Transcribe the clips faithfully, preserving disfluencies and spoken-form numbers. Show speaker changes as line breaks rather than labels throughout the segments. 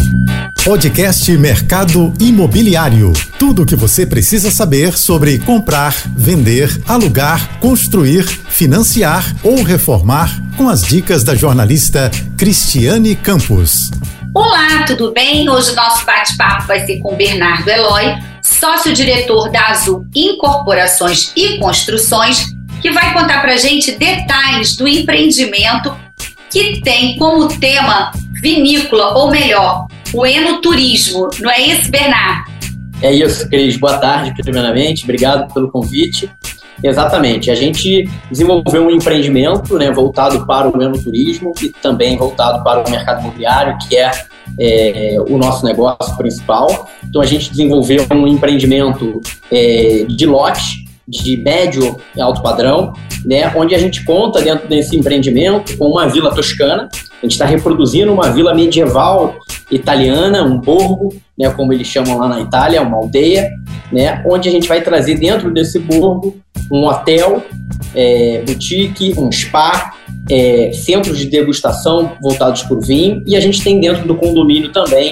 Podcast Mercado Imobiliário. Tudo o que você precisa saber sobre comprar, vender, alugar, construir, financiar ou reformar com as dicas da jornalista Cristiane Campos.
Olá, tudo bem? Hoje o nosso bate-papo vai ser com Bernardo Eloy, sócio-diretor da Azul Incorporações e Construções, que vai contar pra gente detalhes do empreendimento que tem como tema vinícola, ou melhor, o enoturismo. Não é isso, Bernardo?
É isso, Cris. Boa tarde, primeiramente. Obrigado pelo convite. Exatamente. A gente desenvolveu um empreendimento, né, voltado para o enoturismo e também voltado para o mercado imobiliário, que é, é o nosso negócio principal. Então, a gente desenvolveu um empreendimento é, de lote, de médio e alto padrão, né, onde a gente conta dentro desse empreendimento com uma vila toscana. A gente está reproduzindo uma vila medieval italiana, um borgo, né, como eles chamam lá na Itália, uma aldeia, né, onde a gente vai trazer dentro desse borgo um hotel, é, boutique, um spa, é, centros de degustação voltados para o vinho, e a gente tem dentro do condomínio também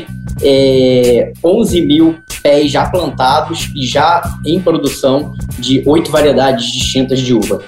é, onze mil pés já plantados e já em produção de oito variedades distintas de uva.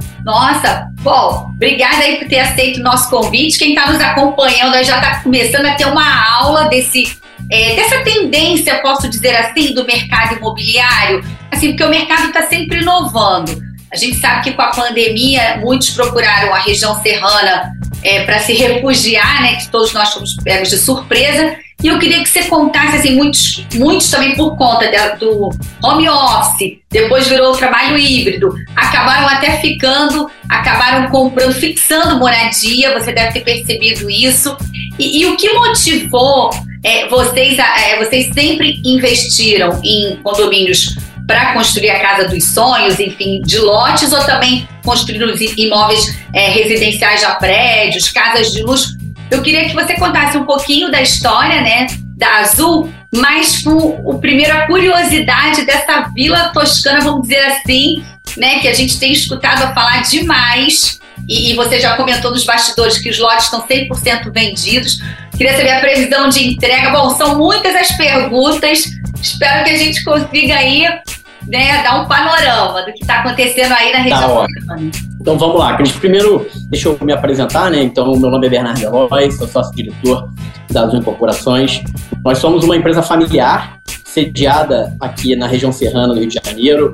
Nossa, bom, obrigada aí por ter aceito o nosso convite. Quem está nos acompanhando aí já está começando a ter uma aula desse, é, dessa tendência, posso dizer assim, do mercado imobiliário, assim, porque o mercado está sempre inovando. A gente sabe que com a pandemia muitos procuraram a região serrana é, para se refugiar, né, que todos nós fomos pegos de surpresa. E eu queria que você contasse, assim, muitos, muitos também por conta de, do home office, depois virou o trabalho híbrido, acabaram até ficando, acabaram comprando, fixando moradia, você deve ter percebido isso. E, e o que motivou é, vocês, é, vocês sempre investiram em condomínios para construir a casa dos sonhos, enfim, de lotes, ou também construir os imóveis é, residenciais já prédios, casas de luxo? Eu queria que você contasse um pouquinho da história, né, da Azul, mas com o primeiro a curiosidade dessa vila toscana, vamos dizer assim, né, que a gente tem escutado a falar demais, e, e você já comentou nos bastidores que os lotes estão cem por cento vendidos. Queria saber a previsão de entrega. Bom, são muitas as perguntas, espero que a gente consiga aí, né, dar um panorama do que está acontecendo aí na região.
Tá, então vamos lá, Cris. Primeiro, deixa eu me apresentar, né? Então, meu nome é Bernardo Eloy, sou sócio-diretor da Azul Incorporações. Nós somos uma empresa familiar, sediada aqui na região serrana do Rio de Janeiro.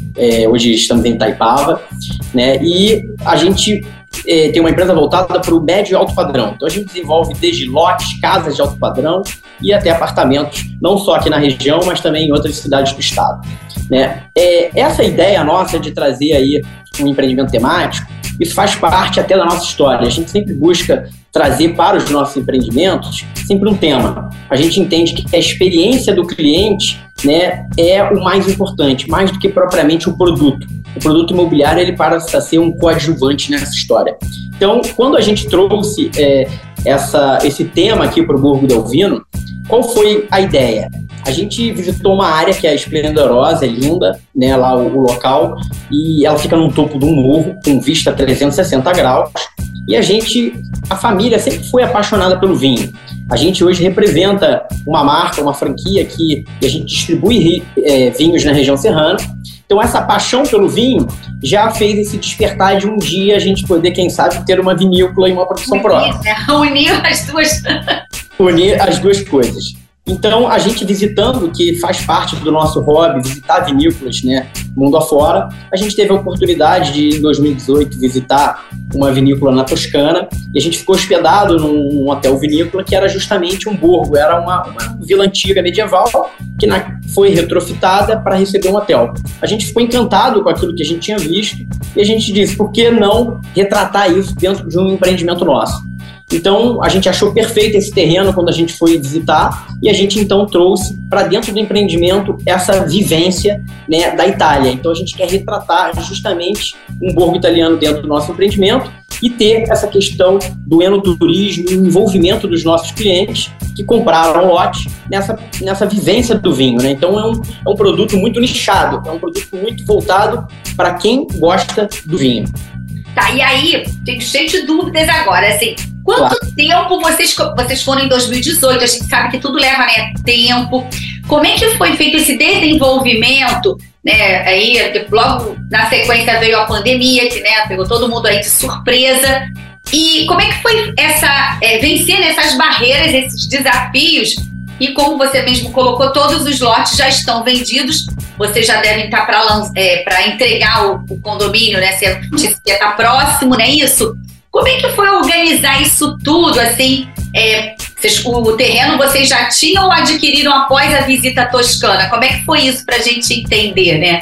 É, hoje estamos em Itaipava, né? E a gente é, tem uma empresa voltada para o médio e alto padrão. Então, a gente desenvolve desde lotes, casas de alto padrão e até apartamentos, não só aqui na região, mas também em outras cidades do estado, né? É, essa ideia nossa de trazer aí um empreendimento temático, isso faz parte até da nossa história. A gente sempre busca trazer para os nossos empreendimentos sempre um tema. A gente entende que a experiência do cliente, né, é o mais importante, mais do que propriamente o produto. O produto imobiliário, ele passa a ser um coadjuvante nessa história. Então, quando a gente trouxe é, essa, esse tema aqui para o Borgo del Vino, qual foi a ideia? A gente visitou uma área que é esplendorosa, é linda, né, lá o, o local, e ela fica no topo de um morro, com vista a trezentos e sessenta graus, e a gente, a família sempre foi apaixonada pelo vinho. A gente hoje representa uma marca, uma franquia que a gente distribui é, vinhos na região serrana. Então essa paixão pelo vinho já fez esse despertar de um dia a gente poder, quem sabe, ter uma vinícola e uma produção própria.
Né? Unir as duas...
Unir as duas coisas. Então, a gente visitando, que faz parte do nosso hobby, visitar vinícolas, né, mundo afora, a gente teve a oportunidade de, em dois mil e dezoito, visitar uma vinícola na Toscana, e a gente ficou hospedado num hotel vinícola que era justamente um borgo, era uma, uma vila antiga medieval que na, foi retrofitada para receber um hotel. A gente ficou encantado com aquilo que a gente tinha visto, e a gente disse, por que não retratar isso dentro de um empreendimento nosso? Então, a gente achou perfeito esse terreno quando a gente foi visitar e a gente, então, trouxe para dentro do empreendimento essa vivência, né, da Itália. Então, a gente quer retratar justamente um borgo italiano dentro do nosso empreendimento e ter essa questão do enoturismo e o envolvimento dos nossos clientes que compraram lote nessa, nessa vivência do vinho, né? Então, é um, é um produto muito nichado, é um produto muito voltado para quem gosta do vinho.
Tá, e aí, tenho cheio de dúvidas agora, assim, Quanto
Claro.
tempo vocês, vocês foram em dois mil e dezoito? A gente sabe que tudo leva, né, tempo. Como é que foi feito esse desenvolvimento, né? Aí, logo na sequência veio a pandemia, que, né, pegou todo mundo aí de surpresa. E como é que foi essa, é, vencer essas barreiras, esses desafios? E como você mesmo colocou, todos os lotes já estão vendidos. Vocês já devem estar para é, entregar o, o condomínio, né? Você está próximo, não é isso? Como é que foi organizar isso tudo, assim? É, vocês, o terreno vocês já tinham ou adquiriram após a visita à Toscana? Como é que foi isso para a gente entender, né?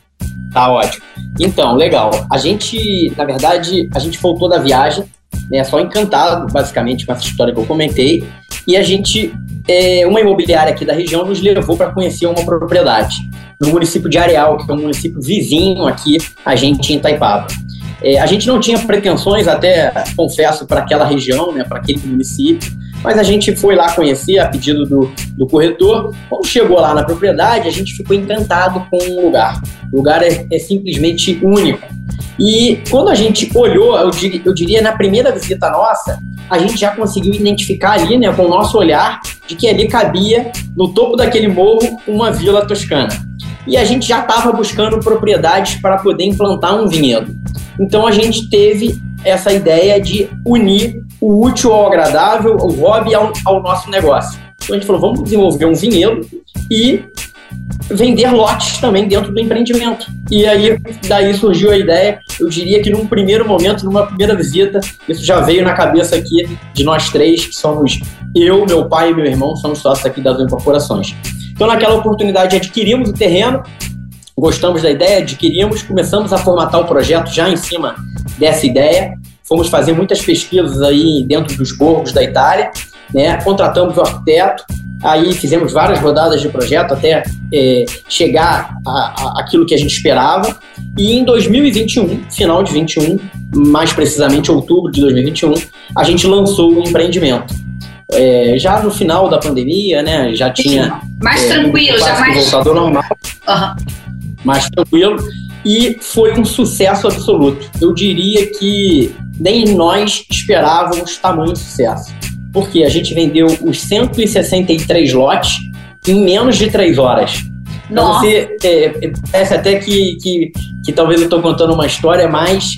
Tá ótimo. Então, legal. A gente, na verdade, a gente voltou da viagem, né, só encantado, basicamente, com essa história que eu comentei. E a gente, é, uma imobiliária aqui da região, nos levou para conhecer uma propriedade no município de Areal, que é um município vizinho aqui, a gente em Itaipava. É, a gente não tinha pretensões, até confesso, para aquela região, né, para aquele município, mas a gente foi lá conhecer a pedido do, do corretor. Quando chegou lá na propriedade, a gente ficou encantado com o lugar. O lugar é, é simplesmente único. E quando a gente olhou, eu diria, eu diria na primeira visita nossa, a gente já conseguiu identificar ali, né, com o nosso olhar, de que ali cabia, no topo daquele morro, uma vila toscana. E a gente já estava buscando propriedades para poder implantar um vinhedo. Então a gente teve essa ideia de unir o útil ao agradável, o hobby ao, ao nosso negócio. Então a gente falou, vamos desenvolver um vinhedo e vender lotes também dentro do empreendimento. E aí, daí surgiu a ideia, eu diria que num primeiro momento, numa primeira visita, isso já veio na cabeça aqui de nós três, que somos eu, meu pai e meu irmão, somos sócios aqui das incorporações. Então naquela oportunidade adquirimos o terreno, gostamos da ideia, adquirimos, começamos a formatar o projeto já em cima dessa ideia, fomos fazer muitas pesquisas aí dentro dos borgos da Itália, né? Contratamos o arquiteto, aí fizemos várias rodadas de projeto até é, chegar a, a, aquilo que a gente esperava, e em dois mil e vinte e um, final de vinte e um, mais precisamente outubro de dois mil e vinte e um, a gente lançou o empreendimento. É, já no final da pandemia, né, já tinha...
Mais
é,
tranquilo, já mais...
voltado ao normal,
Uhum.
mais tranquilo, e foi um sucesso absoluto. Eu diria que nem nós esperávamos tamanho sucesso, porque a gente vendeu os cento e sessenta e três lotes em menos de três horas. Então você, é, parece até que, que, que talvez eu estou contando uma história, mas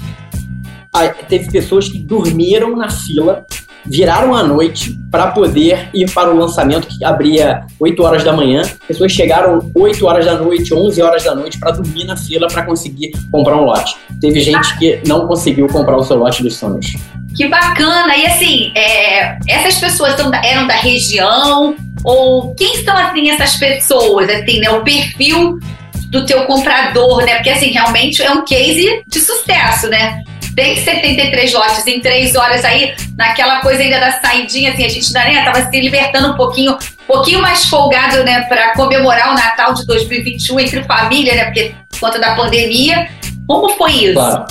ah, teve pessoas que dormiram na fila, viraram à noite para poder ir para o lançamento, que abria oito horas da manhã. Pessoas chegaram oito horas da noite, onze horas da noite para dormir na fila para conseguir comprar um lote. Teve gente que não conseguiu comprar o seu lote dos sonhos.
Que bacana! E assim, é, essas pessoas são da, eram da região? Ou quem são, assim, essas pessoas? Assim, né, o perfil do teu comprador, né? Porque, assim, realmente é um case de sucesso, né? Tem setenta e três lotes em três horas aí, naquela coisa ainda da saidinha, assim, a gente ainda, né, tava se libertando um pouquinho, um pouquinho mais folgado, né, para comemorar o Natal de dois mil e vinte e um entre família, né, porque por conta da pandemia. Como foi isso?
Claro.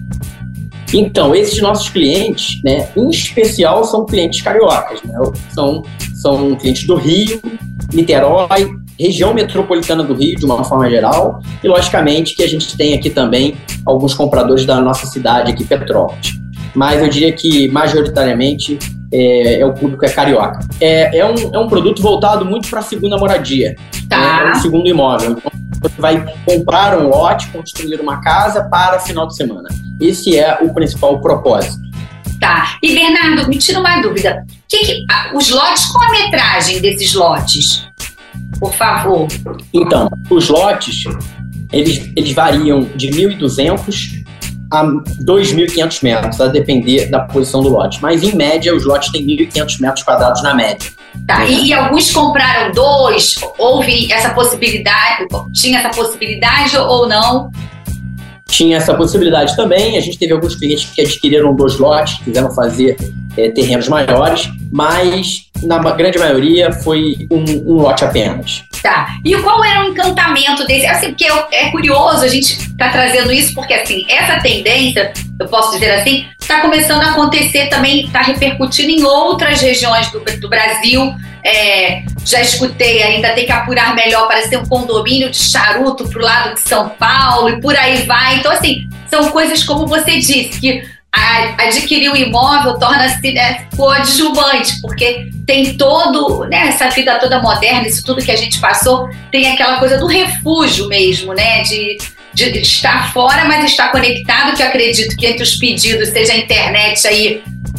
Então, esses nossos clientes, né, em especial, são clientes cariocas, né? São, são clientes do Rio, Niterói, região metropolitana do Rio, de uma forma geral, e, logicamente, que a gente tem aqui também alguns compradores da nossa cidade, aqui, Petrópolis. Mas eu diria que, majoritariamente, é, é o público é carioca. É, é, um, é um produto voltado muito para a segunda moradia,
tá.
Né? É um segundo imóvel. Então, você vai comprar um lote, construir uma casa para final de semana. Esse é o principal propósito.
Tá. E, Bernardo, me tira uma dúvida. Que que, os lotes, qual a metragem desses lotes? Por favor.
Então, os lotes, eles, eles variam de mil e duzentos a dois mil e quinhentos metros, a depender da posição do lote. Mas, em média, os lotes têm mil e quinhentos metros quadrados na média.
Tá, e, e alguns compraram dois? Houve essa possibilidade? Tinha essa possibilidade ou não?
Tinha essa possibilidade também. A gente teve alguns clientes que adquiriram dois lotes, quiseram fazer é, terrenos maiores, mas na grande maioria foi um, um lote apenas.
Tá, e qual era o encantamento desse? Assim, porque é curioso a gente tá trazendo isso, porque assim, essa tendência, eu posso dizer assim, está começando a acontecer também, está repercutindo em outras regiões do, do Brasil. É, já escutei, ainda tem que apurar melhor para ser um condomínio de charuto pro lado de São Paulo e por aí vai. Então, assim, são coisas como você disse, que adquirir o imóvel torna-se, né, coadjuvante, porque tem todo, né, essa vida toda moderna, isso tudo que a gente passou, tem aquela coisa do refúgio mesmo, né, de, de estar fora, mas estar conectado, que eu acredito que entre os pedidos seja a internet aí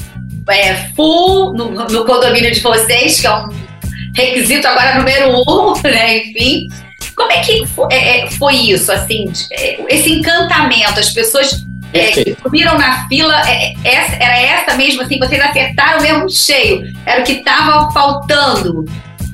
é, full no, no condomínio de vocês, que é um requisito agora número um, né, enfim. Como é que foi, é, foi isso, assim, esse encantamento, as pessoas é, subiram na fila, é, essa, era essa mesmo, assim, vocês acertaram mesmo cheio, era o que estava faltando?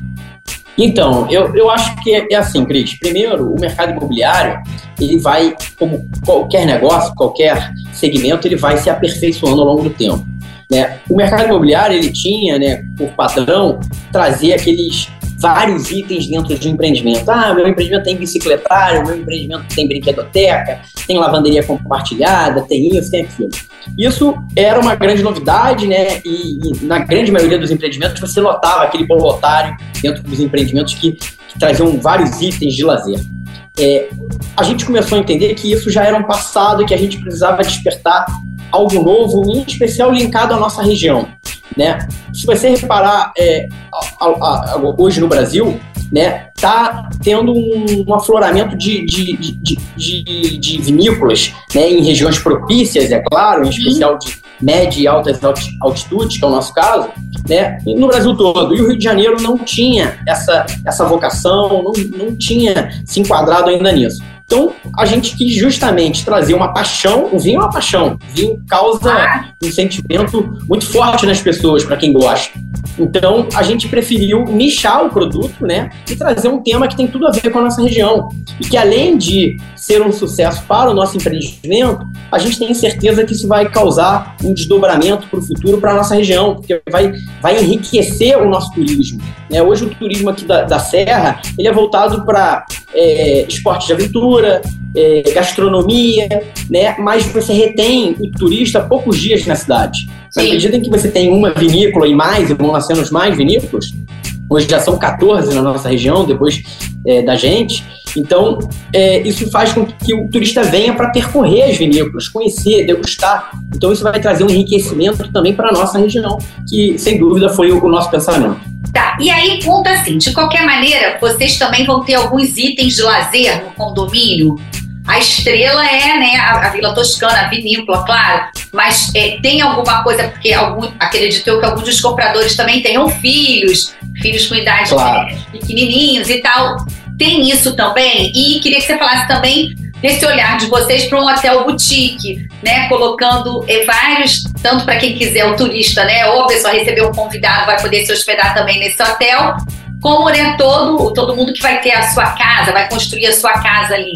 Então, eu, eu acho que é, é assim, Cris, primeiro, o mercado imobiliário, ele vai, como qualquer negócio, qualquer segmento, ele vai se aperfeiçoando ao longo do tempo, né? O mercado imobiliário, ele tinha, né, por padrão, trazer aqueles vários itens dentro de um empreendimento. Ah, meu empreendimento tem bicicletário, meu empreendimento tem brinquedoteca, tem lavanderia compartilhada, tem isso, tem aquilo. Isso era uma grande novidade, né? E, e na grande maioria dos empreendimentos você notava aquele bolotário dentro dos empreendimentos que, que traziam vários itens de lazer. É, a gente começou a entender que isso já era um passado e que a gente precisava despertar algo novo, em especial linkado à nossa região, né? Se você reparar, é, a, a, a, hoje no Brasil, né, tá tendo um, um afloramento de, de, de, de, de vinícolas, né, em regiões propícias, é claro, em especial de média e altas altitudes, que é o nosso caso, né, no Brasil todo. E o Rio de Janeiro não tinha essa, essa vocação, não, não tinha se enquadrado ainda nisso. Então, a gente quis justamente trazer uma paixão. O vinho é uma paixão. O vinho causa um sentimento muito forte nas pessoas, para quem gosta. Então, a gente preferiu nichar o produto, né, e trazer um tema que tem tudo a ver com a nossa região. E que, além de ser um sucesso para o nosso empreendimento, a gente tem certeza que isso vai causar um desdobramento para o futuro, para a nossa região, porque vai, vai enriquecer o nosso turismo, né? Hoje, o turismo aqui da, da Serra, ele é voltado para é, esporte de aventura, é, gastronomia, né? Mas você retém o turista poucos dias na cidade. Na medida em que você tem uma vinícola e mais, e vão nascendo mais vinícolas, hoje já são quatorze na nossa região, depois é, da gente. Então, é, isso faz com que o turista venha para percorrer as vinícolas, conhecer, degustar. Então, isso vai trazer um enriquecimento também para a nossa região, que, sem dúvida, foi o, o nosso pensamento.
Tá, e aí conta assim, de qualquer maneira, vocês também vão ter alguns itens de lazer no condomínio. A estrela é, né, a, a Vila Toscana, a vinícola, claro, mas é, tem alguma coisa, porque algum, acredito eu que alguns dos compradores também tenham filhos, filhos com idade, claro, né, pequenininhos e tal. Tem isso também? E queria que você falasse também desse olhar de vocês para um hotel boutique, né? Colocando eh, vários, tanto para quem quiser, o turista, né? Ou a pessoa receber um convidado, vai poder se hospedar também nesse hotel, como, né, todo, todo mundo que vai ter a sua casa, vai construir a sua casa ali.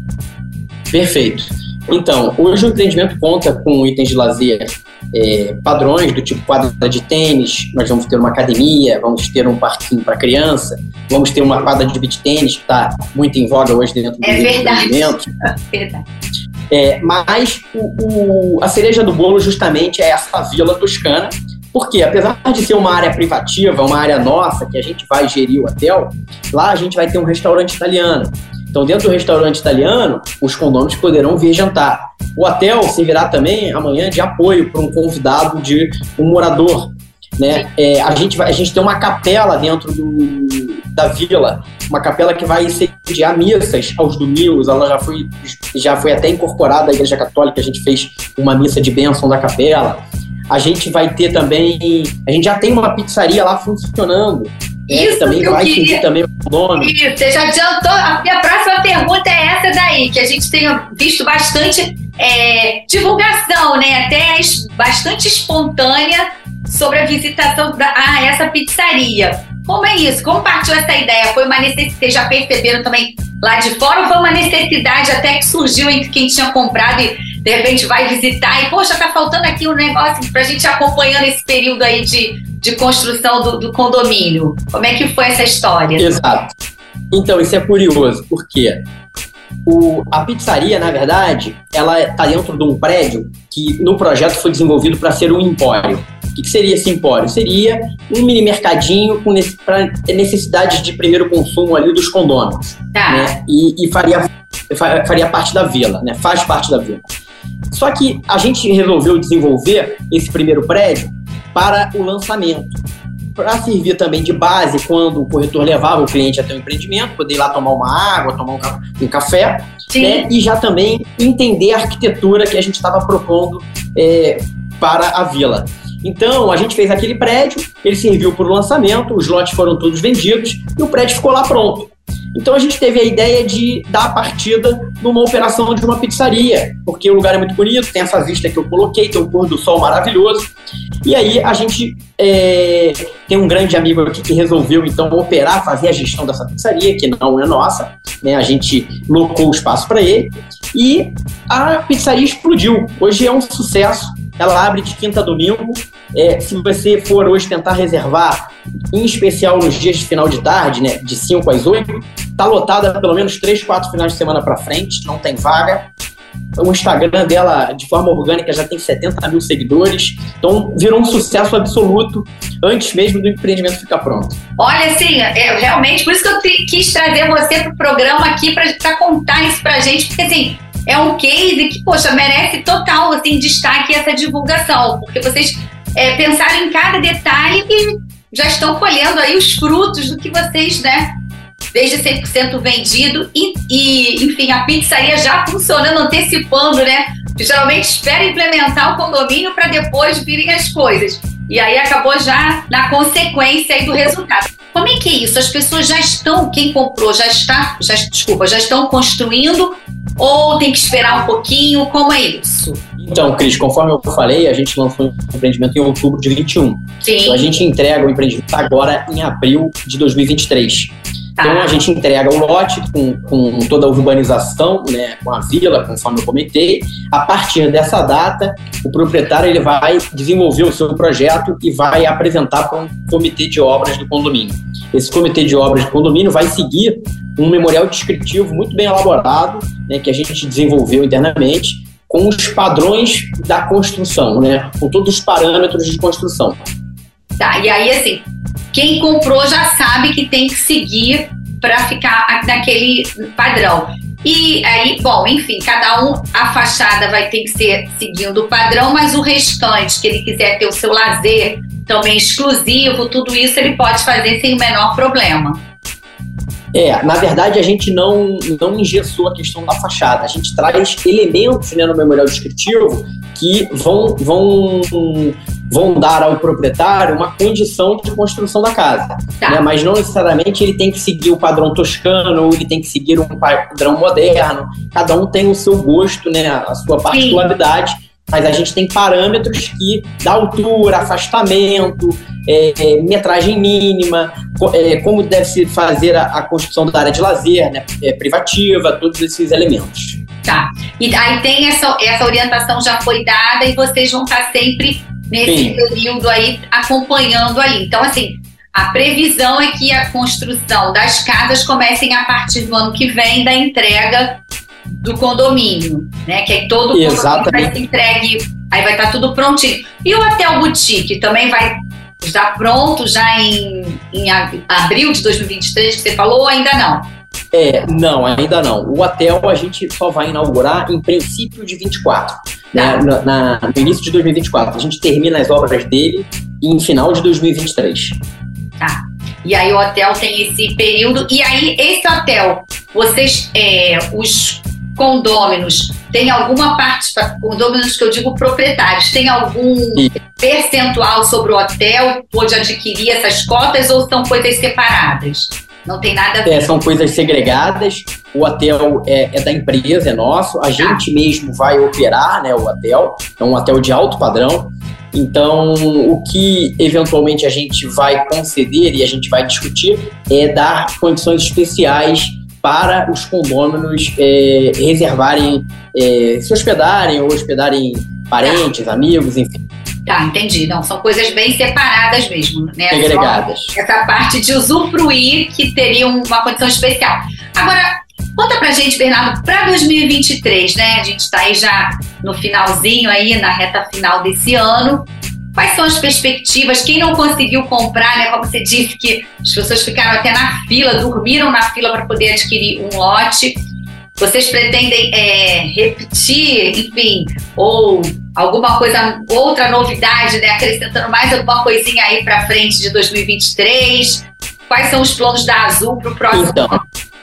Perfeito. Então, hoje o empreendimento conta com itens de lazer é, padrões, do tipo quadra de tênis, nós vamos ter uma academia, vamos ter um parquinho para criança, vamos ter uma quadra de beach tênis, que está muito em voga hoje dentro do
é
empreendimento.
É verdade.
É, mas o, o, a cereja do bolo justamente é essa Vila Toscana, porque apesar de ser uma área privativa, uma área nossa, que a gente vai gerir o hotel, lá a gente vai ter um restaurante italiano. Então, dentro do restaurante italiano, os condôminos poderão vir jantar. O hotel servirá também amanhã de apoio para um convidado de um morador, né? É, a, gente vai, a gente tem uma capela dentro do, da vila, uma capela que vai sediar missas aos domingos. Ela já foi, já foi até incorporada à Igreja Católica, a gente fez uma missa de bênção da capela. A gente vai ter também... A gente já tem uma pizzaria lá funcionando.
Isso, é,
também
que eu
vai
queria...
seguir também o nome.
Isso, você já adiantou. A minha próxima pergunta é essa daí, que a gente tem visto bastante é, divulgação, né? Até bastante espontânea sobre a visitação da ah, essa pizzaria. Como é isso? Como partiu essa ideia? Foi uma necessidade, vocês já perceberam também lá de fora, ou foi uma necessidade até que surgiu entre quem tinha comprado e de repente vai visitar e, poxa, tá faltando aqui um negócio pra gente acompanhando esse período aí de, de construção do, do condomínio. Como é que foi essa história?
Exato. Então, isso é curioso, porque o, a pizzaria, na verdade, ela está dentro de um prédio que no projeto foi desenvolvido para ser um empório. O que, que seria esse empório? Seria um mini mercadinho com nesse, pra necessidades de primeiro consumo ali dos condôminos. Tá. Né? E, e faria, faria parte da vila, né? Faz parte da vila. Só que a gente resolveu desenvolver esse primeiro prédio para o lançamento, para servir também de base quando o corretor levava o cliente até o empreendimento, poder ir lá tomar uma água, tomar um, ca- um café, né? E já também entender a arquitetura que a gente estava propondo é, para a vila. Então, a gente fez aquele prédio, ele serviu para o lançamento, os lotes foram todos vendidos e o prédio ficou lá pronto. Então, a gente teve a ideia de dar a partida numa operação de uma pizzaria, porque o lugar é muito bonito, tem essa vista que eu coloquei, tem um pôr do sol maravilhoso. E aí, a gente é, tem um grande amigo aqui que resolveu, então, operar, fazer a gestão dessa pizzaria, que não é nossa, né? A gente locou o espaço para ele e a pizzaria explodiu. Hoje é um sucesso. Ela abre de quinta a domingo. É, se você for hoje tentar reservar, em especial nos dias de final de tarde, né, de cinco às oito, está lotada pelo menos três, quatro finais de semana para frente, não tem vaga. O Instagram dela, de forma orgânica, já tem setenta mil seguidores. Então, virou um sucesso absoluto antes mesmo do empreendimento ficar pronto.
Olha, assim, é, realmente, por isso que eu te, quis trazer você para o programa aqui para contar isso para a gente, porque, assim, é um case que, poxa, merece total, assim, destaque essa divulgação, porque vocês é, pensaram em cada detalhe e já estão colhendo aí os frutos do que vocês, né, desde cem por cento vendido e, e, enfim, a pizzaria já funcionando, antecipando, né, geralmente espera implementar o condomínio para depois virem as coisas, e aí acabou já na consequência aí do resultado. Como é que é isso? As pessoas já estão, quem comprou já está, já, desculpa, já estão construindo ou tem que esperar um pouquinho? Como é isso?
Então, Cris, conforme eu falei, a gente lançou o empreendimento em outubro de vinte e um.
Sim.
Então, a gente entrega o empreendimento agora em abril de dois mil e vinte e três. Tá. Então, a gente entrega o lote com, com toda a urbanização, né, com a vila, conforme eu comentei. A partir dessa data, o proprietário ele vai desenvolver o seu projeto e vai apresentar para um comitê de obras do condomínio. Esse comitê de obras do condomínio vai seguir um memorial descritivo muito bem elaborado, né, que a gente desenvolveu internamente, com os padrões da construção, né, com todos os parâmetros de construção.
Tá, e aí, assim, quem comprou já sabe que tem que seguir para ficar naquele padrão. E aí, bom, enfim, cada um, a fachada vai ter que ser seguindo o padrão, mas o restante, que ele quiser ter o seu lazer também exclusivo, tudo isso ele pode fazer sem o menor problema.
É, na verdade a gente não, não engessou a questão da fachada, a gente traz elementos, né, no memorial descritivo que vão, vão, vão dar ao proprietário uma condição de construção da casa, tá. Né, mas não necessariamente ele tem que seguir o padrão toscano ou ele tem que seguir um padrão moderno, cada um tem o seu gosto, né, a sua particularidade. Sim. Mas a gente tem parâmetros que da altura, afastamento, é, é, metragem mínima, é, como deve se fazer a, a construção da área de lazer, né, é, privativa, todos esses elementos.
Tá. E aí tem essa, essa orientação já foi dada e vocês vão estar sempre nesse Sim. período aí acompanhando ali. Então, assim, a previsão é que a construção das casas comecem a partir do ano que vem da entrega do condomínio, né? Que aí todo o condomínio vai ser entregue, aí vai estar tudo prontinho. E o Hotel Boutique também vai estar pronto já em, em abril de dois mil e vinte e três, que você falou, ou ainda não?
É, não, ainda não. O hotel a gente só vai inaugurar em princípio de vinte e quatro. Né? Na, na, no início de dois mil e vinte e quatro. A gente termina as obras dele em final de dois mil e vinte e três.
Tá. E aí o hotel tem esse período. E aí, esse hotel, vocês, é, os condôminos, tem alguma parte, condôminos que eu digo proprietários, tem algum e... percentual sobre o hotel? Pode adquirir essas cotas ou são coisas separadas? Não tem nada a ver.
É, são coisas segregadas. O hotel é, é da empresa, é nosso. A gente ah. mesmo vai operar, né, o hotel. É um hotel de alto padrão. Então, o que eventualmente a gente vai conceder e a gente vai discutir é dar condições especiais para os condôminos é, reservarem, é, se hospedarem ou hospedarem parentes, ah. amigos, enfim.
Tá, entendi. Não, são coisas bem separadas mesmo, né?
Segregadas.
Só essa parte de usufruir que teria uma condição especial. Agora, conta pra gente, Bernardo, para dois mil e vinte e três, né? A gente está aí já no finalzinho, aí na reta final desse ano. Quais são as perspectivas? Quem não conseguiu comprar, né? Como você disse que as pessoas ficaram até na fila, dormiram na fila para poder adquirir um lote. vocês pretendem é, repetir, enfim, ou alguma coisa, outra novidade, né? Acrescentando mais alguma coisinha aí para frente de dois mil e vinte e três? Quais são os planos da Azul para o próximo
então,
ano?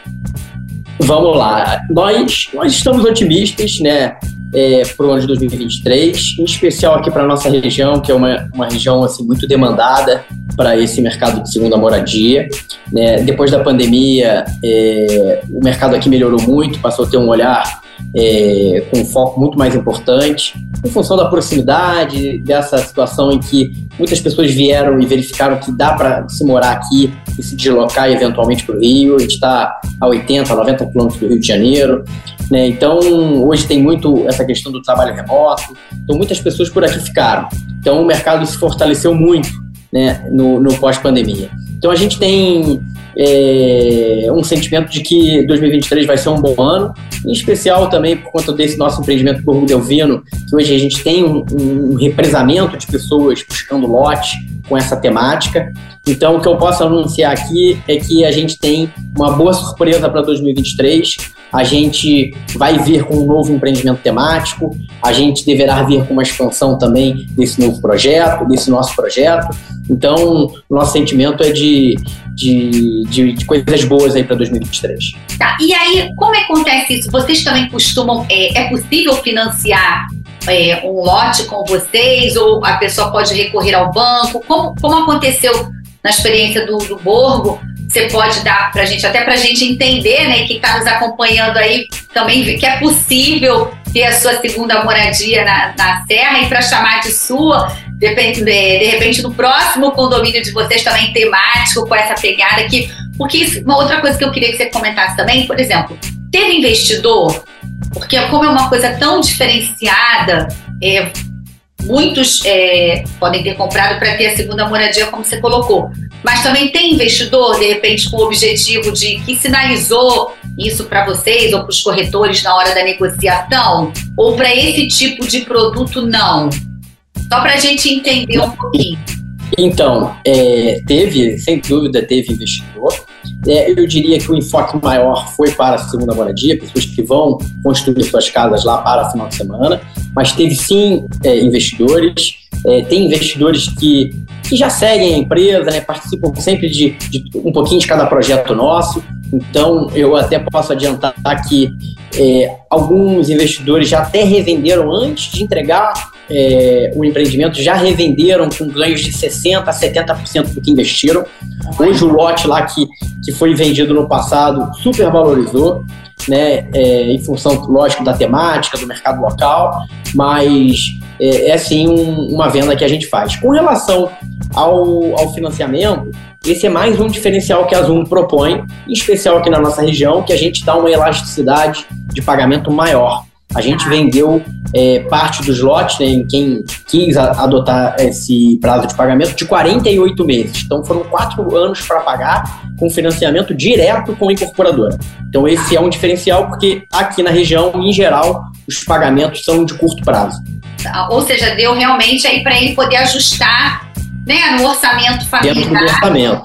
Vamos lá. Nós, nós estamos otimistas, né? É, para o ano de dois mil e vinte e três, em especial aqui para a nossa região, que é uma, uma região assim, muito demandada para esse mercado de segunda moradia. Né? Depois da pandemia, é, o mercado aqui melhorou muito, passou a ter um olhar é, com um foco muito mais importante, em função da proximidade, dessa situação em que muitas pessoas vieram e verificaram que dá para se morar aqui e se deslocar eventualmente para o Rio. A gente está a oitenta, noventa quilômetros do Rio de Janeiro. Né? Então, hoje tem muito essa questão do trabalho remoto, então muitas pessoas por aqui ficaram. Então, o mercado se fortaleceu muito, né, no, no pós-pandemia. Então, a gente tem é, um sentimento de que dois mil e vinte e três vai ser um bom ano, em especial também por conta desse nosso empreendimento Burgo Delvino, que hoje a gente tem um, um represamento de pessoas buscando lote com essa temática. Então, o que eu posso anunciar aqui é que a gente tem uma boa surpresa para dois mil e vinte e três. A gente vai vir com um novo empreendimento temático, a gente deverá vir com uma expansão também desse novo projeto, desse nosso projeto. Então, o nosso sentimento é de, de, de, de coisas boas aí para dois mil e vinte e três.
Tá, e aí, como acontece isso? Vocês também costumam, é, é possível financiar é, um lote com vocês, ou a pessoa pode recorrer ao banco? Como, como aconteceu na experiência do, do Borgo? Você pode dar para a gente, até para a gente entender, né, que está nos acompanhando aí também, que é possível ter a sua segunda moradia na, na Serra, e para chamar de sua, depende, de, de repente no próximo condomínio de vocês também temático, com essa pegada aqui. Porque isso, uma outra coisa que eu queria que você comentasse também, por exemplo, teve investidor, porque como é uma coisa tão diferenciada, é, muitos é, podem ter comprado para ter a segunda moradia, como você colocou. Mas também tem investidor, de repente, com o objetivo de que sinalizou isso para vocês ou para os corretores na hora da negociação? Ou para esse tipo de produto, não? Só para a gente entender um pouquinho.
Então, é, teve, sem dúvida, teve investidor. É, eu diria que o enfoque maior foi para a segunda moradia, pessoas que vão construir suas casas lá para o final de semana, mas teve sim é, investidores, é, tem investidores que, que já seguem a empresa, né, participam sempre de, de um pouquinho de cada projeto nosso. Então, eu até posso adiantar que é, alguns investidores já até revenderam antes de entregar é, o empreendimento, já revenderam com ganhos de sessenta por cento a setenta por cento do que investiram. Hoje o lote lá que, que foi vendido no passado super valorizou, né, é, em função, lógico, da temática, do mercado local, mas é, é sim um, uma venda que a gente faz. Com relação ao, ao financiamento, esse é mais um diferencial que a Zoom propõe, em especial aqui na nossa região, que a gente dá uma elasticidade de pagamento maior. A gente vendeu é, parte dos lotes, né, em quem quis a, adotar esse prazo de pagamento, de quarenta e oito meses. Então foram quatro anos para pagar com financiamento direto com a incorporadora. Então esse é um diferencial porque aqui na região, em geral, os pagamentos são de curto prazo.
Ou seja, deu realmente aí para ele poder ajustar, né, no orçamento familiar,
dentro do orçamento,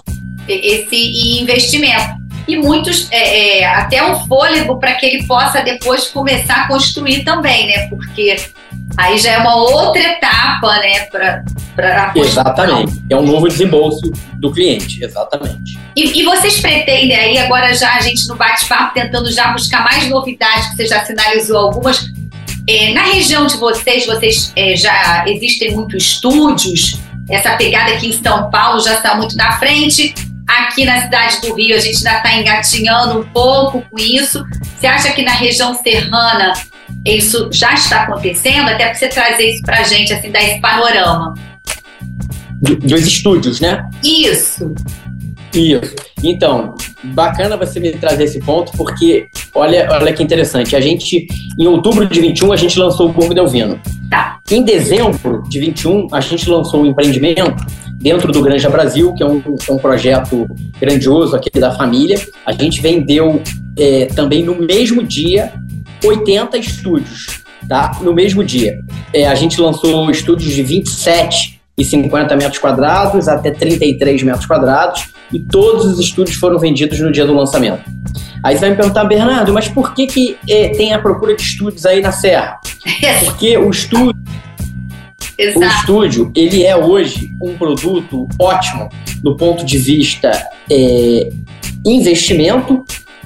esse investimento. E muitos, é, é, até um fôlego para que ele possa depois começar a construir também, né? Porque aí já é uma outra etapa, né? Pra, pra
exatamente. É um novo desembolso do cliente, exatamente.
E, e vocês pretendem aí, agora já a gente no bate-papo, tentando já buscar mais novidades, que você já sinalizou algumas. É, na região de vocês, vocês é, já existem muitos estúdios, essa pegada aqui em São Paulo já está muito na frente. Aqui na cidade do Rio a gente ainda está engatinhando um pouco com isso. Você acha que na região serrana isso já está acontecendo? Até para você trazer isso para a gente, assim, dar esse panorama.
Dos estúdios, né?
Isso.
Isso. Então, bacana você me trazer esse ponto, porque olha, olha que interessante. A gente, em outubro de vinte e um, a gente lançou o Burgo Delvino.
Tá.
Em dezembro de vinte e um, a gente lançou um empreendimento dentro do Granja Brasil, que é um, um projeto grandioso aqui da família. A gente vendeu é, também no mesmo dia oitenta estúdios, tá? No mesmo dia. É, a gente lançou estúdios de vinte e sete e cinquenta metros quadrados até trinta e três metros quadrados. e todos os estúdios foram vendidos no dia do lançamento. Aí você vai me perguntar, Bernardo, mas por que, que é, tem a procura de estúdios aí na Serra? Porque o estúdio, o estúdio, ele é hoje um produto ótimo do ponto de vista é, investimento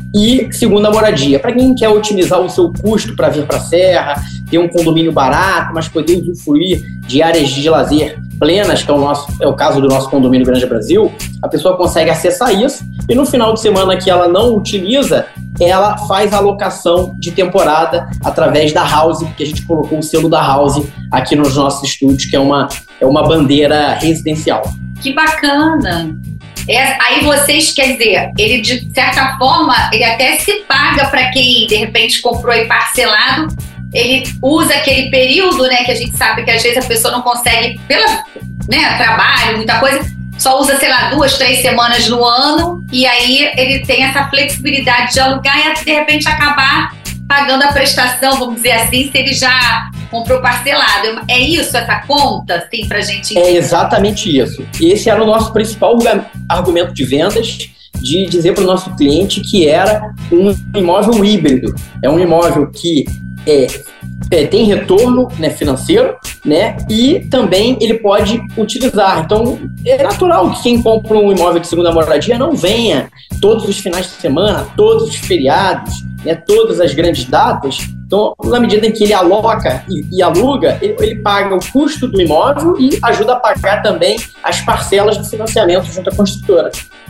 e segunda moradia. Para quem quer otimizar o seu custo para vir para a Serra, ter um condomínio barato, mas poder usufruir de áreas de lazer plenas, que é o, nosso, é o caso do nosso condomínio Grande Brasil, a pessoa consegue acessar isso e no final de semana que ela não utiliza, ela faz a alocação de temporada através da House, que a gente colocou o selo da House aqui nos nossos estúdios, que é uma, é uma bandeira residencial.
Que bacana! É, aí vocês, quer dizer, ele de certa forma, ele até se paga para quem de repente comprou aí parcelado, ele usa aquele período, né, que a gente sabe que às vezes a pessoa não consegue, pelo né, trabalho, muita coisa, só usa, sei lá, duas, três semanas no ano, e aí ele tem essa flexibilidade de alugar e de repente acabar pagando a prestação, vamos dizer assim, se ele já comprou parcelado. É isso, essa conta, assim, pra gente...
É exatamente isso. Esse era o nosso principal argumento de vendas, de dizer para o nosso cliente que era um imóvel híbrido. É um imóvel que é, é, tem retorno, né, financeiro, né, e também ele pode utilizar. Então, é natural que quem compra um imóvel de segunda moradia não venha todos os finais de semana, todos os feriados, né, todas as grandes datas. Então, na medida em que ele aloca e, e aluga, ele, ele paga o custo do imóvel e ajuda a pagar também as parcelas do financiamento junto à construtora.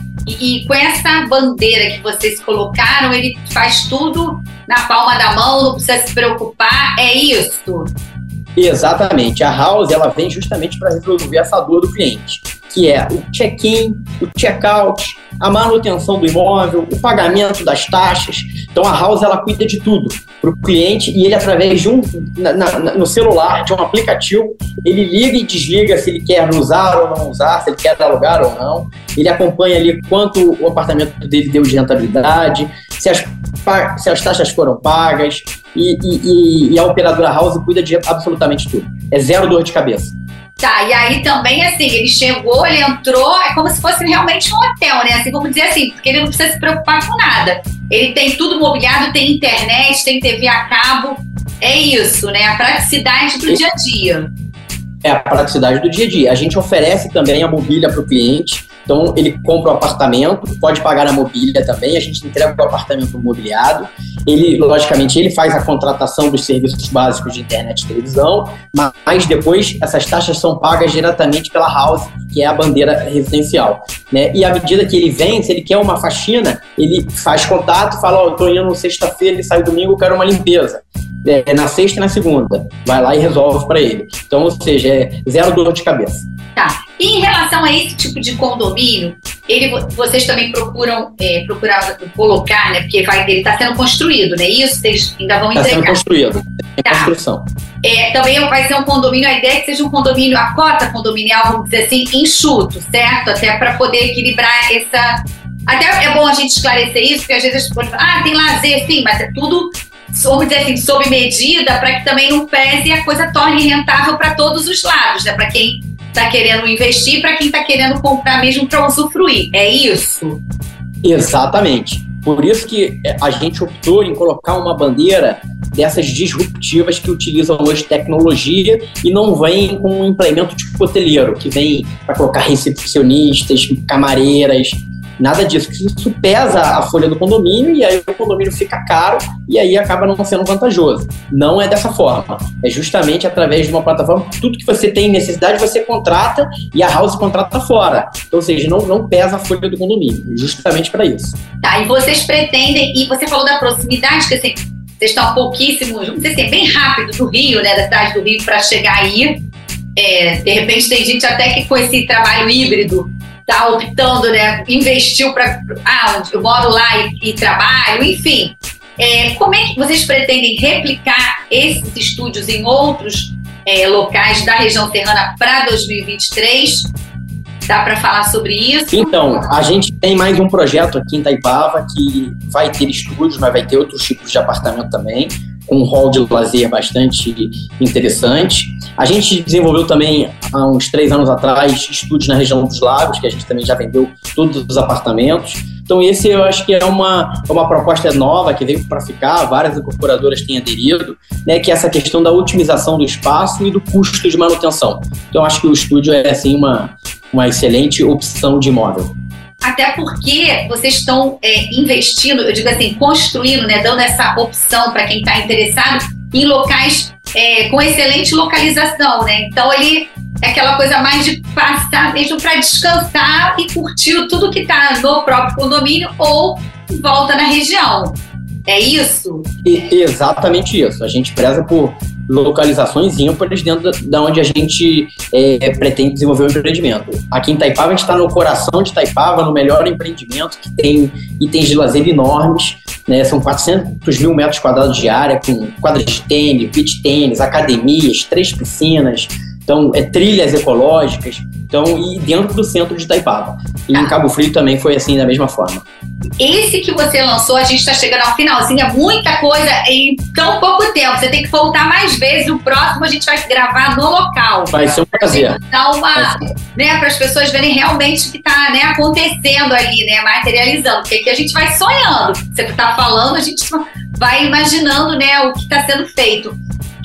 E, e com essa bandeira que vocês colocaram, ele faz tudo na palma da mão, não precisa se preocupar, é isso?
Exatamente. A House, ela vem justamente para resolver essa dor do cliente, que é o check-in, o check-out, a manutenção do imóvel, o pagamento das taxas. Então a House, ela cuida de tudo para o cliente e ele, através de um, na, na, no celular, de um aplicativo, ele liga e desliga se ele quer usar ou não usar, se ele quer alugar ou não. Ele acompanha ali quanto o apartamento dele deu de rentabilidade, se as, se as taxas foram pagas e, e, e a operadora House cuida de absolutamente tudo. É zero dor de cabeça.
Tá, e aí também, assim, ele chegou, ele entrou, é como se fosse realmente um hotel, né? Assim, vamos dizer assim, porque ele não precisa se preocupar com nada. Ele tem tudo mobiliado, tem internet, tem T V a cabo, é isso, né? A praticidade do dia a dia.
É a praticidade do dia a dia. A gente oferece também a mobília para o cliente. Então, ele compra o apartamento, pode pagar na mobília também, a gente entrega o apartamento mobiliado. Ele, logicamente, ele faz a contratação dos serviços básicos de internet e televisão, mas depois essas taxas são pagas diretamente pela House, que é a bandeira residencial, né? E à medida que ele vem, se ele quer uma faxina, ele faz contato, fala, ó, oh, eu tô indo sexta-feira, ele sai domingo, eu quero uma limpeza. É, na sexta e na segunda. Vai lá e resolve para ele. Então, ou seja, é zero dor de cabeça.
Tá. E em relação a esse tipo de condomínio, ele, vocês também procuram, é, procuram colocar, né? Porque vai, ele está sendo construído, né? Isso vocês ainda vão entregar.
Está sendo construído. Em
tá.
construção.
É, também vai ser um condomínio, a ideia é que seja um condomínio, a cota condominial, vamos dizer assim, enxuto, certo? Até para poder equilibrar essa... Até é bom a gente esclarecer isso, porque às vezes as pessoas falam, ah, tem lazer, sim, mas é tudo... vamos dizer assim, sob medida, para que também não pese e a coisa torne rentável para todos os lados, né? Para quem está querendo investir, para quem está querendo comprar mesmo para usufruir. É isso?
Exatamente. Por isso que a gente optou em colocar uma bandeira dessas disruptivas que utilizam hoje tecnologia e não vem com um implemento tipo hoteleiro, que vem para colocar recepcionistas, camareiras. Nada disso, que isso pesa a folha do condomínio e aí o condomínio fica caro e aí acaba não sendo vantajoso. Não é dessa forma. É justamente através de uma plataforma que tudo que você tem necessidade você contrata e a House contrata fora. Então, ou seja, não, não pesa a folha do condomínio, justamente para isso.
Tá, e vocês pretendem, e você falou da proximidade, que assim, vocês estão pouquíssimos, não sei se é bem rápido do Rio, né, da cidade do Rio para chegar aí. É, de repente tem gente até que com esse trabalho híbrido está optando, né, investiu para, ah, eu moro lá e, e trabalho, enfim. É, como é que vocês pretendem replicar esses estúdios em outros é, locais da região serrana para dois mil e vinte e três? Dá para falar sobre isso?
Então, a gente tem mais um projeto aqui em Itaipava que vai ter estúdios, mas vai ter outros tipos de apartamento também. com um hall de lazer bastante interessante. A gente desenvolveu também, há uns três anos atrás, estúdios na região dos Lagos, que a gente também já vendeu todos os apartamentos. Então esse eu acho que é uma, uma proposta nova que veio para ficar, várias incorporadoras têm aderido, né, que é essa questão da otimização do espaço e do custo de manutenção. Então acho que o estúdio é assim, uma, uma excelente opção de imóvel.
Até porque vocês estão é, investindo, eu digo assim, construindo, né, dando essa opção para quem está interessado em locais é, com excelente localização, né? Então ele é aquela coisa mais de passar mesmo para descansar e curtir tudo que está no próprio condomínio ou em volta na região. É isso?
E, exatamente isso. A gente preza por localizações ímpares dentro da, da onde a gente é, pretende desenvolver o empreendimento. Aqui em Itaipava, a gente está no coração de Itaipava, no melhor empreendimento, que tem itens de lazer enormes, né? São quatrocentos mil metros quadrados de área, com quadras de tênis, beach tênis, academias, três piscinas, então, é, trilhas ecológicas, então, e dentro do centro de Itaipava. E ah. em Cabo Frio também foi assim, da mesma forma.
Esse que você lançou, a gente está chegando ao finalzinho, é muita coisa em tão pouco tempo. Você tem que voltar mais vezes. O próximo a gente vai gravar no local.
Vai ser um prazer.
Dar uma, né, para as pessoas verem realmente o que está, né, acontecendo ali, né, materializando. Porque aqui a gente vai sonhando. Você está falando, a gente vai imaginando, né, o que está sendo feito.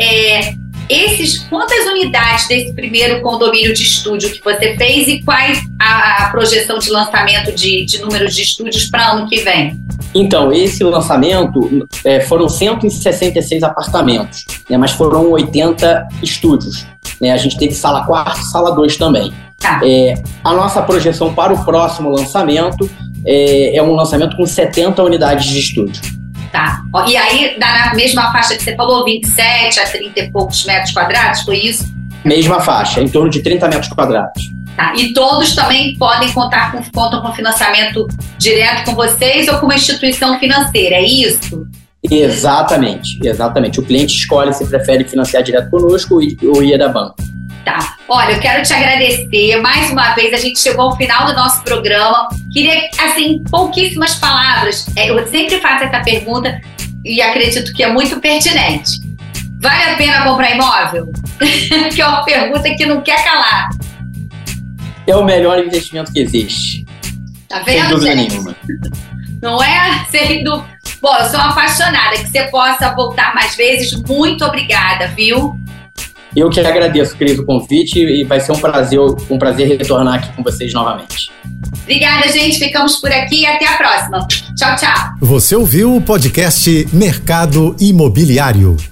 É, esses, quantas unidades desse primeiro condomínio de estúdio que você fez e quais a, a projeção de lançamento de, de números de estúdios para ano que vem?
Então, esse lançamento é, foram cento e sessenta e seis apartamentos, né, mas foram oitenta estúdios. Né, a gente teve sala quatro e sala dois também.
Tá.
É, a nossa projeção para o próximo lançamento é, é um lançamento com setenta unidades de estúdio.
Tá. E aí, na mesma faixa que você falou, vinte e sete a trinta e poucos metros quadrados, foi isso?
Mesma faixa, em torno de trinta metros quadrados.
Tá. E todos também podem contar com, contam com financiamento direto com vocês ou com uma instituição financeira, é isso?
Exatamente, exatamente. O cliente escolhe se prefere financiar direto conosco ou ir da banca.
Tá. Olha, eu quero te agradecer. Mais uma vez, a gente chegou ao final do nosso programa. Queria, assim, pouquíssimas palavras. Eu sempre faço essa pergunta e acredito que é muito pertinente. Vale a pena comprar imóvel? Que é uma pergunta que não quer calar.
É o melhor investimento que existe.
Tá vendo?
Sem dúvida
gente?
nenhuma.
Não é? Sendo... Bom, eu sou apaixonada. Que você possa voltar mais vezes. Muito obrigada, viu?
Eu que agradeço, Cris, o convite e vai ser um prazer, um prazer retornar aqui com vocês novamente.
Obrigada, gente. Ficamos por aqui e até a próxima. Tchau, tchau.
Você ouviu o podcast Mercado Imobiliário.